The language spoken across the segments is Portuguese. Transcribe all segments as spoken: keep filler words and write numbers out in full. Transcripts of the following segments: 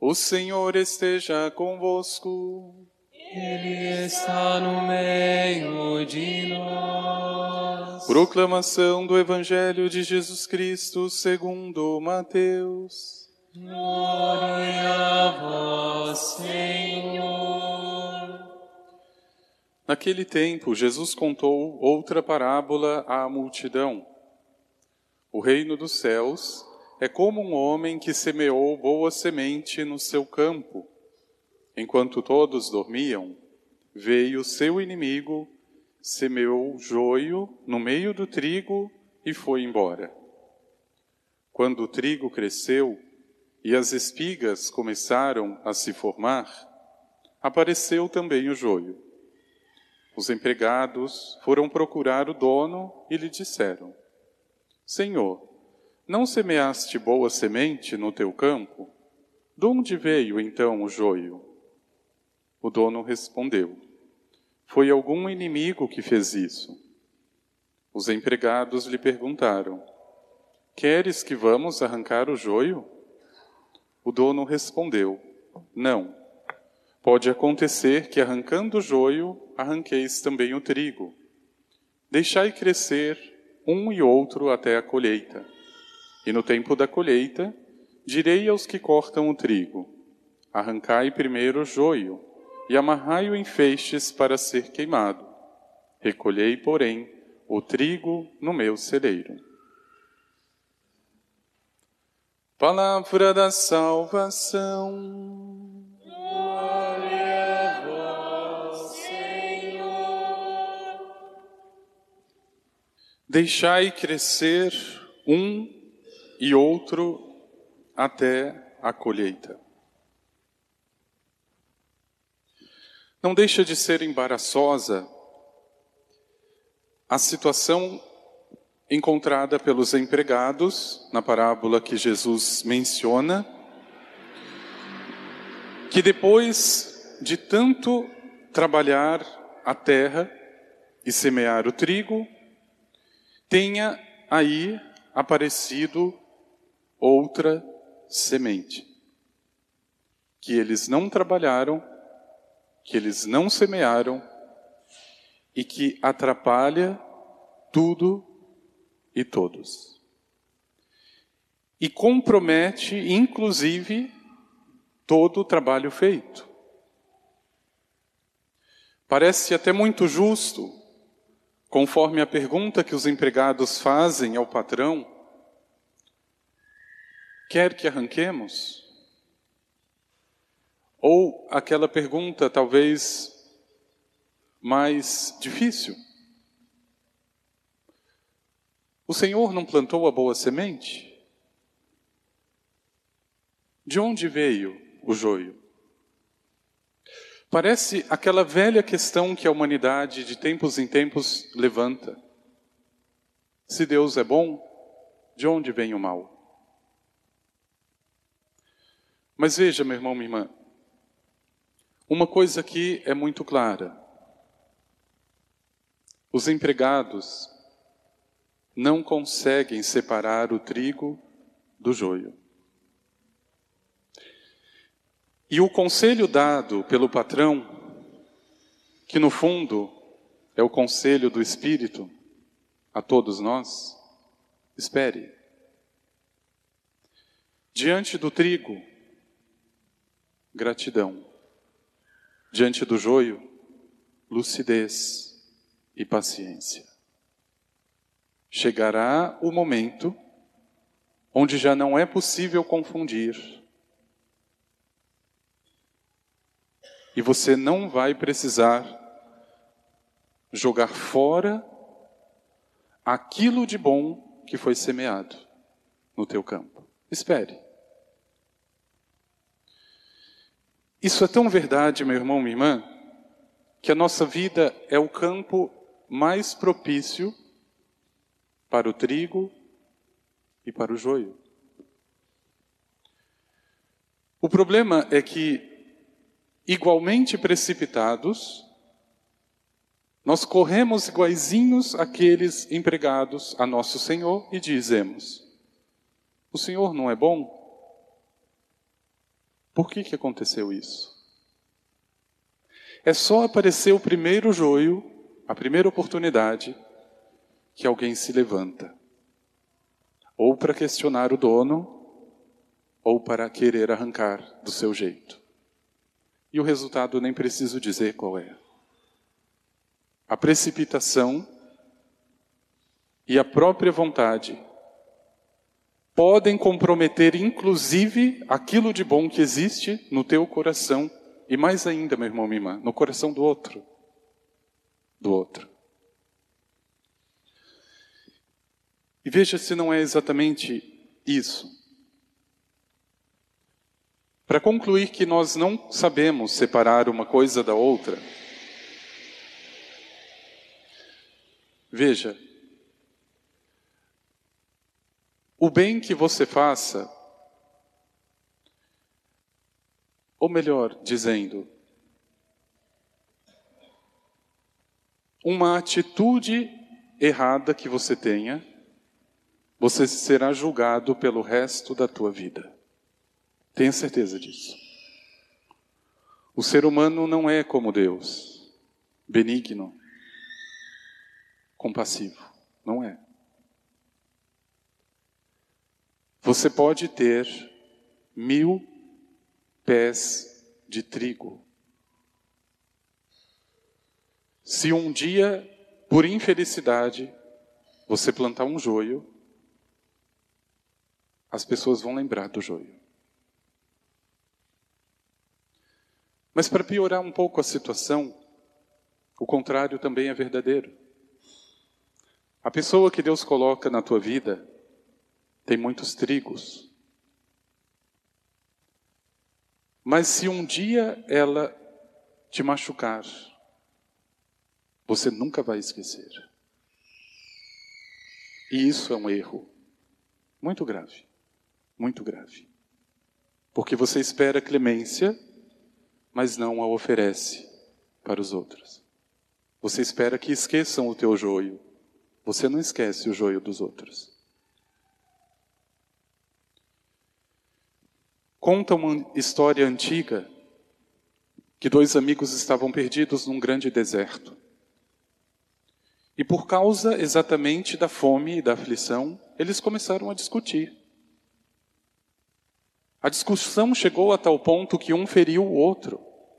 O Senhor esteja convosco. Ele está no meio de nós. Proclamação do Evangelho de Jesus Cristo segundo Glória Mateus. a vós, Senhor. Naquele tempo, Jesus contou outra parábola à multidão. O reino dos céus é como um homem que semeou boa semente no seu campo. Enquanto todos dormiam, veio seu inimigo, semeou joio no meio do trigo e foi embora. Quando o trigo cresceu e as espigas começaram a se formar, apareceu também o joio. Os empregados foram procurar o dono e lhe disseram: Senhor, não semeaste boa semente no teu campo? De onde veio então o joio? O dono respondeu: Foi algum inimigo que fez isso. Os empregados lhe perguntaram: Queres que vamos arrancar o joio? O dono respondeu: Não. Pode acontecer que arrancando o joio, arranqueis também o trigo. Deixai crescer um e outro até a colheita. E no tempo da colheita, direi aos que cortam o trigo: Arrancai primeiro o joio, e amarrai-o em feixes para ser queimado. Recolhei, porém, o trigo no meu celeiro. Palavra da salvação. Glória a vós, Senhor. Deixai crescer um e outro até a colheita. Não deixa de ser embaraçosa a situação encontrada pelos empregados na parábola que Jesus menciona, que depois de tanto trabalhar a terra e semear o trigo, tenha aí aparecido outra semente, que eles não trabalharam, que eles não semearam e que atrapalha tudo e todos. E compromete, inclusive, todo o trabalho feito. Parece até muito justo, conforme a pergunta que os empregados fazem ao patrão: Quer que arranquemos? Ou aquela pergunta talvez mais difícil: O Senhor não plantou a boa semente? De onde veio o joio? Parece aquela velha questão que a humanidade de tempos em tempos levanta: se Deus é bom, de onde vem o mal? Mas veja, meu irmão, minha irmã, uma coisa aqui é muito clara: os empregados não conseguem separar o trigo do joio. E o conselho dado pelo patrão, que no fundo é o conselho do Espírito a todos nós: espere. Diante do trigo, gratidão. Diante do joio, lucidez e paciência. Chegará o momento onde já não é possível confundir. E você não vai precisar jogar fora aquilo de bom que foi semeado no teu campo. Espere. Isso é tão verdade, meu irmão, minha irmã, que a nossa vida é o campo mais propício para o trigo e para o joio. O problema é que, igualmente precipitados, nós corremos iguaizinhos àqueles empregados a nosso Senhor e dizemos: o Senhor não é bom? Por que que aconteceu isso? É só aparecer o primeiro joio, a primeira oportunidade, que alguém se levanta. Ou para questionar o dono, ou para querer arrancar do seu jeito. E o resultado nem preciso dizer qual é. A precipitação e a própria vontade podem comprometer, inclusive, aquilo de bom que existe no teu coração, e mais ainda, meu irmão, minha irmã, no coração do outro. Do outro. E veja se não é exatamente isso. Para concluir que nós não sabemos separar uma coisa da outra, veja, o bem que você faça, ou melhor dizendo, uma atitude errada que você tenha, você será julgado pelo resto da tua vida. Tenha certeza disso. O ser humano não é como Deus, benigno, compassivo. Não é. Você pode ter mil pés de trigo. Se um dia, por infelicidade, você plantar um joio, as pessoas vão lembrar do joio. Mas para piorar um pouco a situação, o contrário também é verdadeiro. A pessoa que Deus coloca na tua vida tem muitos trigos. Mas se um dia ela te machucar, você nunca vai esquecer. E isso é um erro muito grave, muito grave. Porque você espera clemência, mas não a oferece para os outros. Você espera que esqueçam o teu joio. Você não esquece o joio dos outros. Conta uma história antiga que dois amigos estavam perdidos num grande deserto. E por causa exatamente da fome e da aflição, eles começaram a discutir. A discussão chegou a tal ponto que um feriu o outro.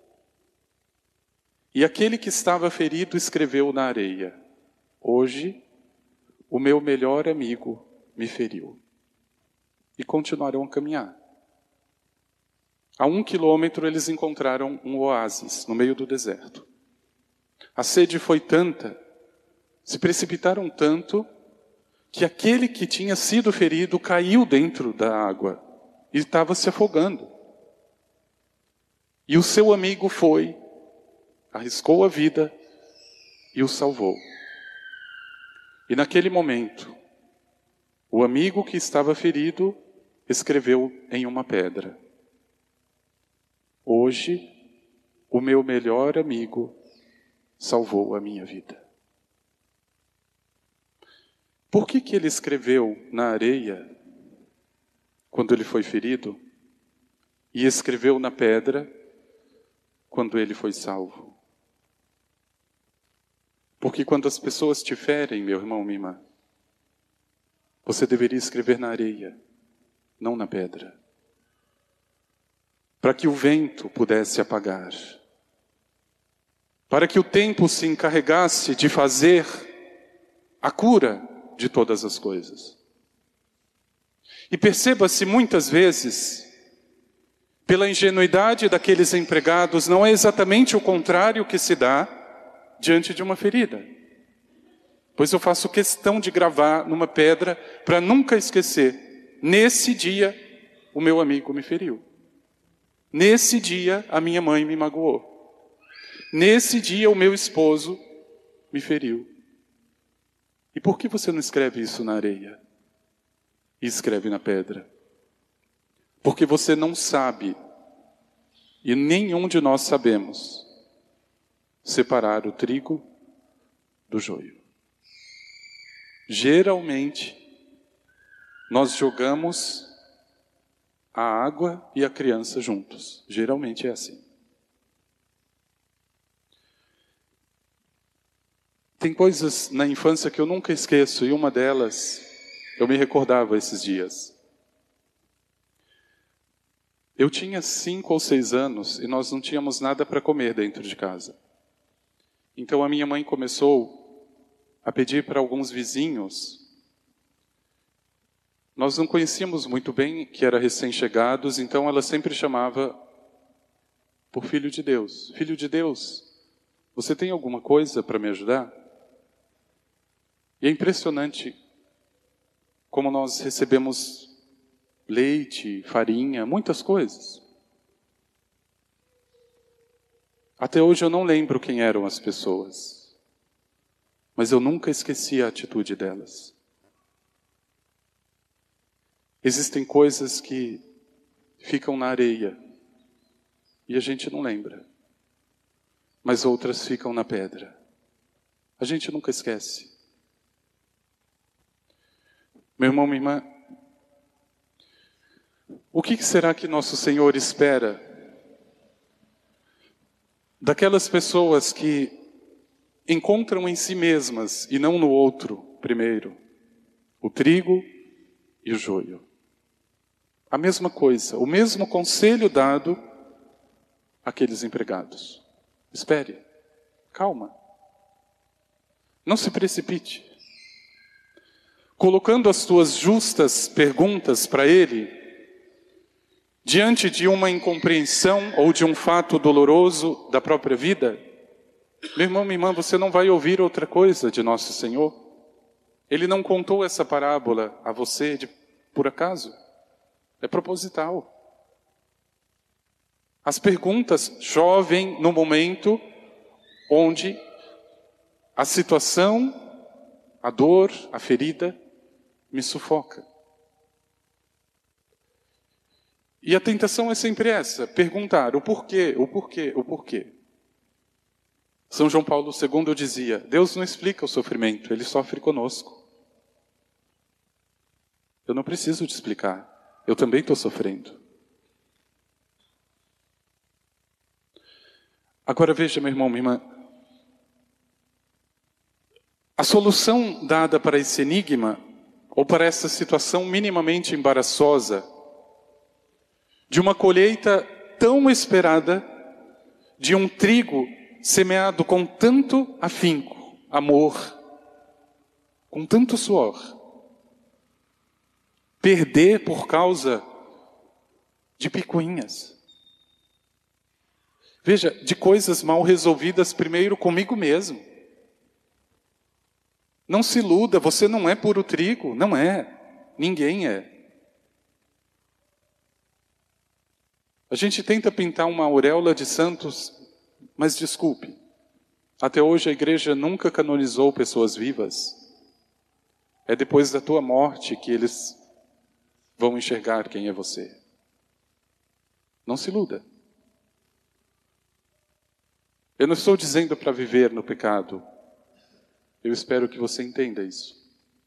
E aquele que estava ferido escreveu na areia: hoje, o meu melhor amigo me feriu. E continuaram a caminhar. A um quilômetro eles encontraram um oásis no meio do deserto. A sede foi tanta, se precipitaram tanto, que aquele que tinha sido ferido caiu dentro da água e estava se afogando. E o seu amigo foi, arriscou a vida e o salvou. E naquele momento, o amigo que estava ferido escreveu em uma pedra: hoje, o meu melhor amigo salvou a minha vida. Por que que ele escreveu na areia, quando ele foi ferido, e escreveu na pedra, quando ele foi salvo? Porque quando as pessoas te ferem, meu irmão, minha irmã, você deveria escrever na areia, não na pedra. Para que o vento pudesse apagar. Para que o tempo se encarregasse de fazer a cura de todas as coisas. E perceba-se muitas vezes, pela ingenuidade daqueles empregados, não é exatamente o contrário que se dá diante de uma ferida. Pois eu faço questão de gravar numa pedra para nunca esquecer: nesse dia o meu amigo me feriu. Nesse dia a minha mãe me magoou. Nesse dia o meu esposo me feriu. E por que você não escreve isso na areia? E escreve na pedra? Porque você não sabe, e nenhum de nós sabemos, separar o trigo do joio. Geralmente, nós jogamos a água e a criança juntos. Geralmente é assim. Tem coisas na infância que eu nunca esqueço, e uma delas, eu me recordava esses dias. Eu tinha cinco ou seis anos e nós não tínhamos nada para comer dentro de casa. Então a minha mãe começou a pedir para alguns vizinhos. Nós não conhecíamos muito bem que eram recém-chegados, então ela sempre chamava por filho de Deus. Filho de Deus, você tem alguma coisa para me ajudar? E é impressionante como nós recebemos leite, farinha, muitas coisas. Até hoje eu não lembro quem eram as pessoas, mas eu nunca esqueci a atitude delas. Existem coisas que ficam na areia e a gente não lembra, mas outras ficam na pedra. A gente nunca esquece. Meu irmão, minha irmã, o que será que nosso Senhor espera daquelas pessoas que encontram em si mesmas e não no outro primeiro o trigo e o joio? A mesma coisa, o mesmo conselho dado àqueles empregados. Espere, calma, não se precipite. Colocando as tuas justas perguntas para ele, diante de uma incompreensão ou de um fato doloroso da própria vida, meu irmão, minha irmã, você não vai ouvir outra coisa de nosso Senhor. Ele não contou essa parábola a você de, por acaso. É proposital. As perguntas chovem no momento onde a situação, a dor, a ferida me sufoca. E a tentação é sempre essa, perguntar o porquê, o porquê, o porquê. São João Paulo segundo dizia, Deus não explica o sofrimento, Ele sofre conosco. Eu não preciso te explicar, eu também estou sofrendo. Agora veja, meu irmão, minha irmã, a solução dada para esse enigma, ou para essa situação minimamente embaraçosa, de uma colheita tão esperada, de um trigo semeado com tanto afinco, amor, com tanto suor, perder por causa de picuinhas. Veja, de coisas mal resolvidas primeiro comigo mesmo. Não se iluda, você não é puro trigo, não é, ninguém é. A gente tenta pintar uma auréola de santos, mas desculpe, até hoje a igreja nunca canonizou pessoas vivas. É depois da tua morte que eles vão enxergar quem é você. Não se iluda. Eu não estou dizendo para viver no pecado. Eu espero que você entenda isso.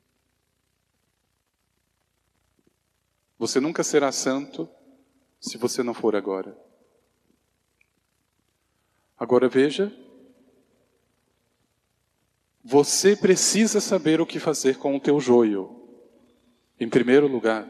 Você nunca será santo se você não for agora. Agora veja, você precisa saber o que fazer com o teu joio. Em primeiro lugar.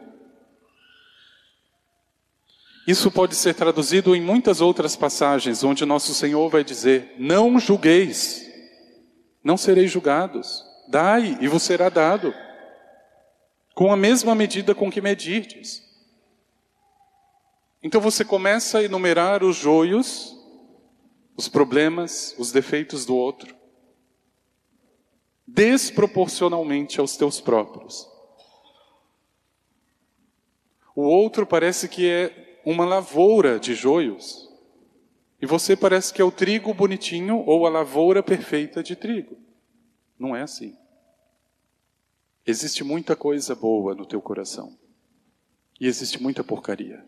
Isso pode ser traduzido em muitas outras passagens, onde nosso Senhor vai dizer, não julgueis, não sereis julgados, dai e vos será dado, com a mesma medida com que medirdes. Então você começa a enumerar os joios, os problemas, os defeitos do outro, desproporcionalmente aos teus próprios. O outro parece que é uma lavoura de joios, e você parece que é o trigo bonitinho ou a lavoura perfeita de trigo. Não é assim. Existe muita coisa boa no teu coração, e existe muita porcaria.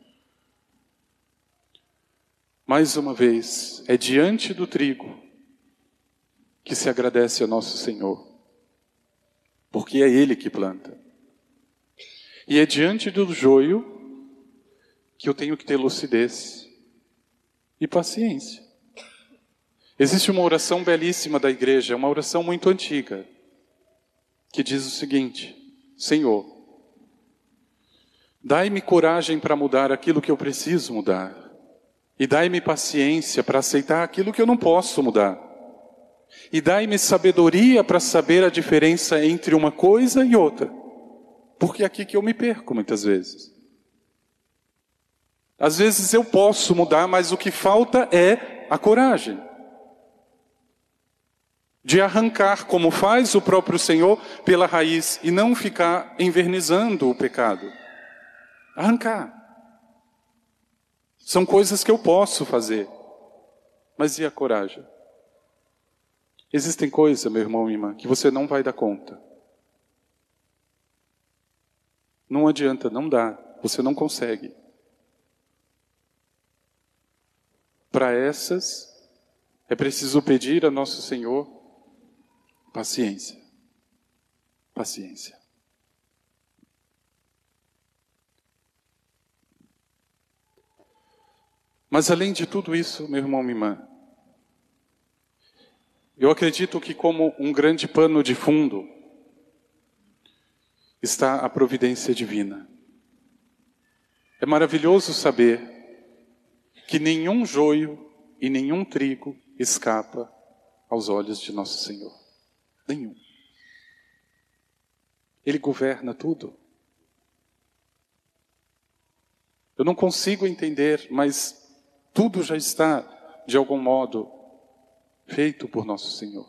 Mais uma vez, é diante do trigo que se agradece ao nosso Senhor, porque é Ele que planta. E é diante do joio que eu tenho que ter lucidez e paciência. Existe uma oração belíssima da igreja, é uma oração muito antiga, que diz o seguinte: Senhor, dai-me coragem para mudar aquilo que eu preciso mudar, e dai-me paciência para aceitar aquilo que eu não posso mudar, e dai-me sabedoria para saber a diferença entre uma coisa e outra, porque é aqui que eu me perco muitas vezes. Às vezes eu posso mudar, mas o que falta é a coragem de arrancar, como faz o próprio Senhor, pela raiz, e não ficar envernizando o pecado. Arrancar. São coisas que eu posso fazer. Mas e a coragem? Existem coisas, meu irmão e irmã, que você não vai dar conta. Não adianta, não dá. Você não consegue. Para essas, é preciso pedir a nosso Senhor paciência. Paciência. Mas além de tudo isso, meu irmão e minha irmã, eu acredito que como um grande pano de fundo está a providência divina. É maravilhoso saber que nenhum joio e nenhum trigo escapa aos olhos de nosso Senhor. Nenhum. Ele governa tudo. Eu não consigo entender, mas tudo já está, de algum modo, feito por nosso Senhor.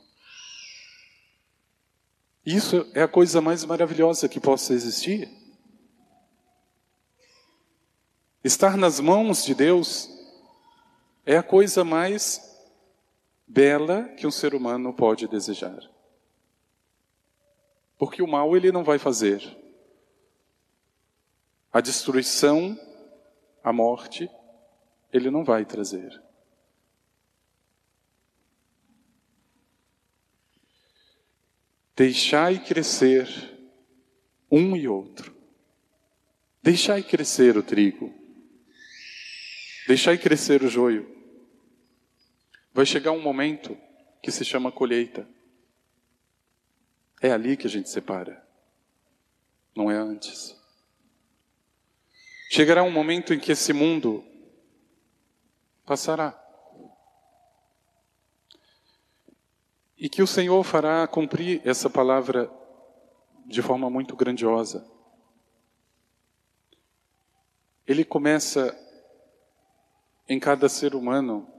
Isso é a coisa mais maravilhosa que possa existir. Estar nas mãos de Deus é a coisa mais bela que um ser humano pode desejar. Porque o mal ele não vai fazer. A destruição, a morte, ele não vai trazer. Deixai crescer um e outro. Deixai crescer o trigo. Deixai crescer o joio. Vai chegar um momento que se chama colheita. É ali que a gente separa. Não é antes. Chegará um momento em que esse mundo passará. E que o Senhor fará cumprir essa palavra de forma muito grandiosa. Ele começa em cada ser humano.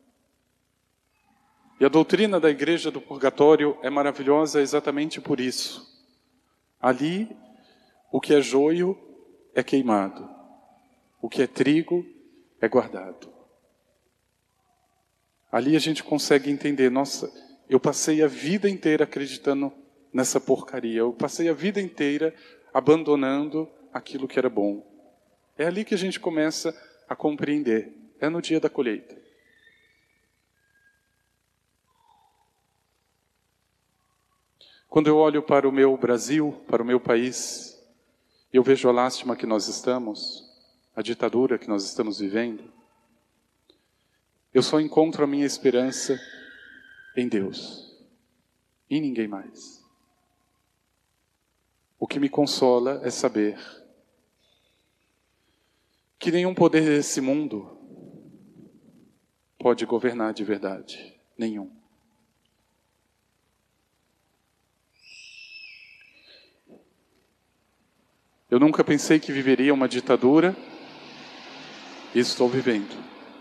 E a doutrina da igreja do purgatório é maravilhosa exatamente por isso. Ali, o que é joio é queimado. O que é trigo é guardado. Ali a gente consegue entender, nossa, eu passei a vida inteira acreditando nessa porcaria. Eu passei a vida inteira abandonando aquilo que era bom. É ali que a gente começa a compreender. É no dia da colheita. Quando eu olho para o meu Brasil, para o meu país, eu vejo a lástima que nós estamos, a ditadura que nós estamos vivendo. Eu só encontro a minha esperança em Deus, em ninguém mais. O que me consola é saber que nenhum poder desse mundo pode governar de verdade. Nenhum. Eu nunca pensei que viveria uma ditadura e estou vivendo.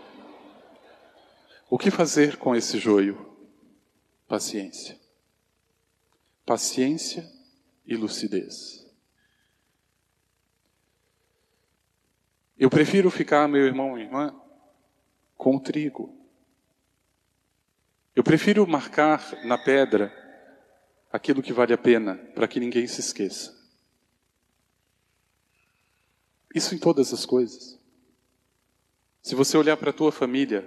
O que fazer com esse joio? Paciência. Paciência e lucidez. Eu prefiro ficar, meu irmão e irmã, com o trigo. Eu prefiro marcar na pedra aquilo que vale a pena, para que ninguém se esqueça. Isso em todas as coisas. Se você olhar para a tua família,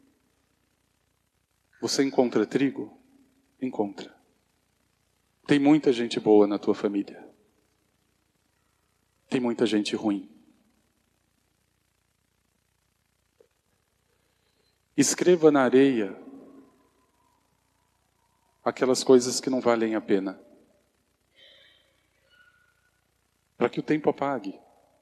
você encontra trigo? Encontra. Tem muita gente boa na tua família. Tem muita gente ruim. Escreva na areia aquelas coisas que não valem a pena, para que o tempo apague.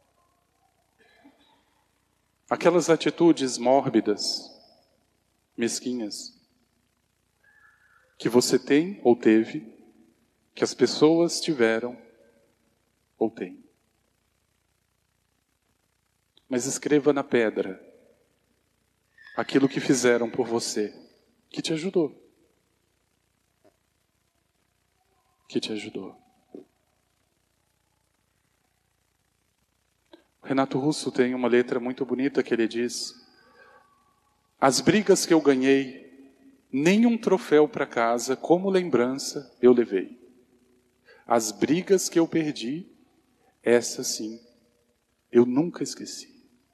Aquelas atitudes mórbidas, mesquinhas, que você tem ou teve, que as pessoas tiveram ou têm. Mas escreva na pedra aquilo que fizeram por você, que te ajudou. Que te ajudou. Renato Russo tem uma letra muito bonita que ele diz: as brigas que eu ganhei, nenhum troféu para casa como lembrança eu levei. As brigas que eu perdi, essas sim, eu nunca esqueci.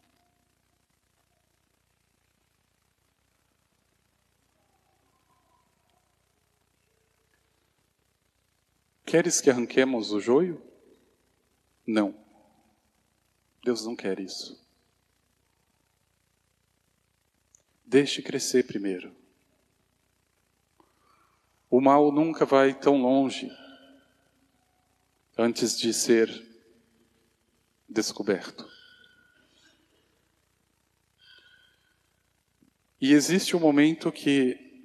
Queres que arranquemos o joio? Não. Deus não quer isso. Deixe crescer primeiro. O mal nunca vai tão longe antes de ser descoberto. E existe um momento que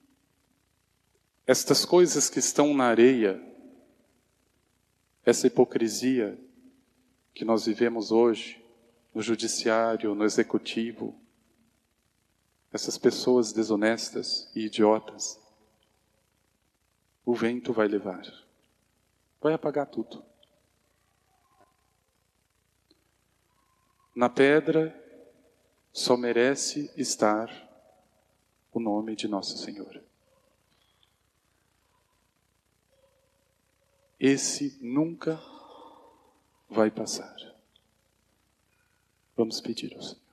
estas coisas que estão na areia, essa hipocrisia que nós vivemos hoje, no judiciário, no executivo, essas pessoas desonestas e idiotas, o vento vai levar, vai apagar tudo. Na pedra só merece estar o nome de Nosso Senhor. Esse nunca vai passar. Vamos pedir ao Senhor.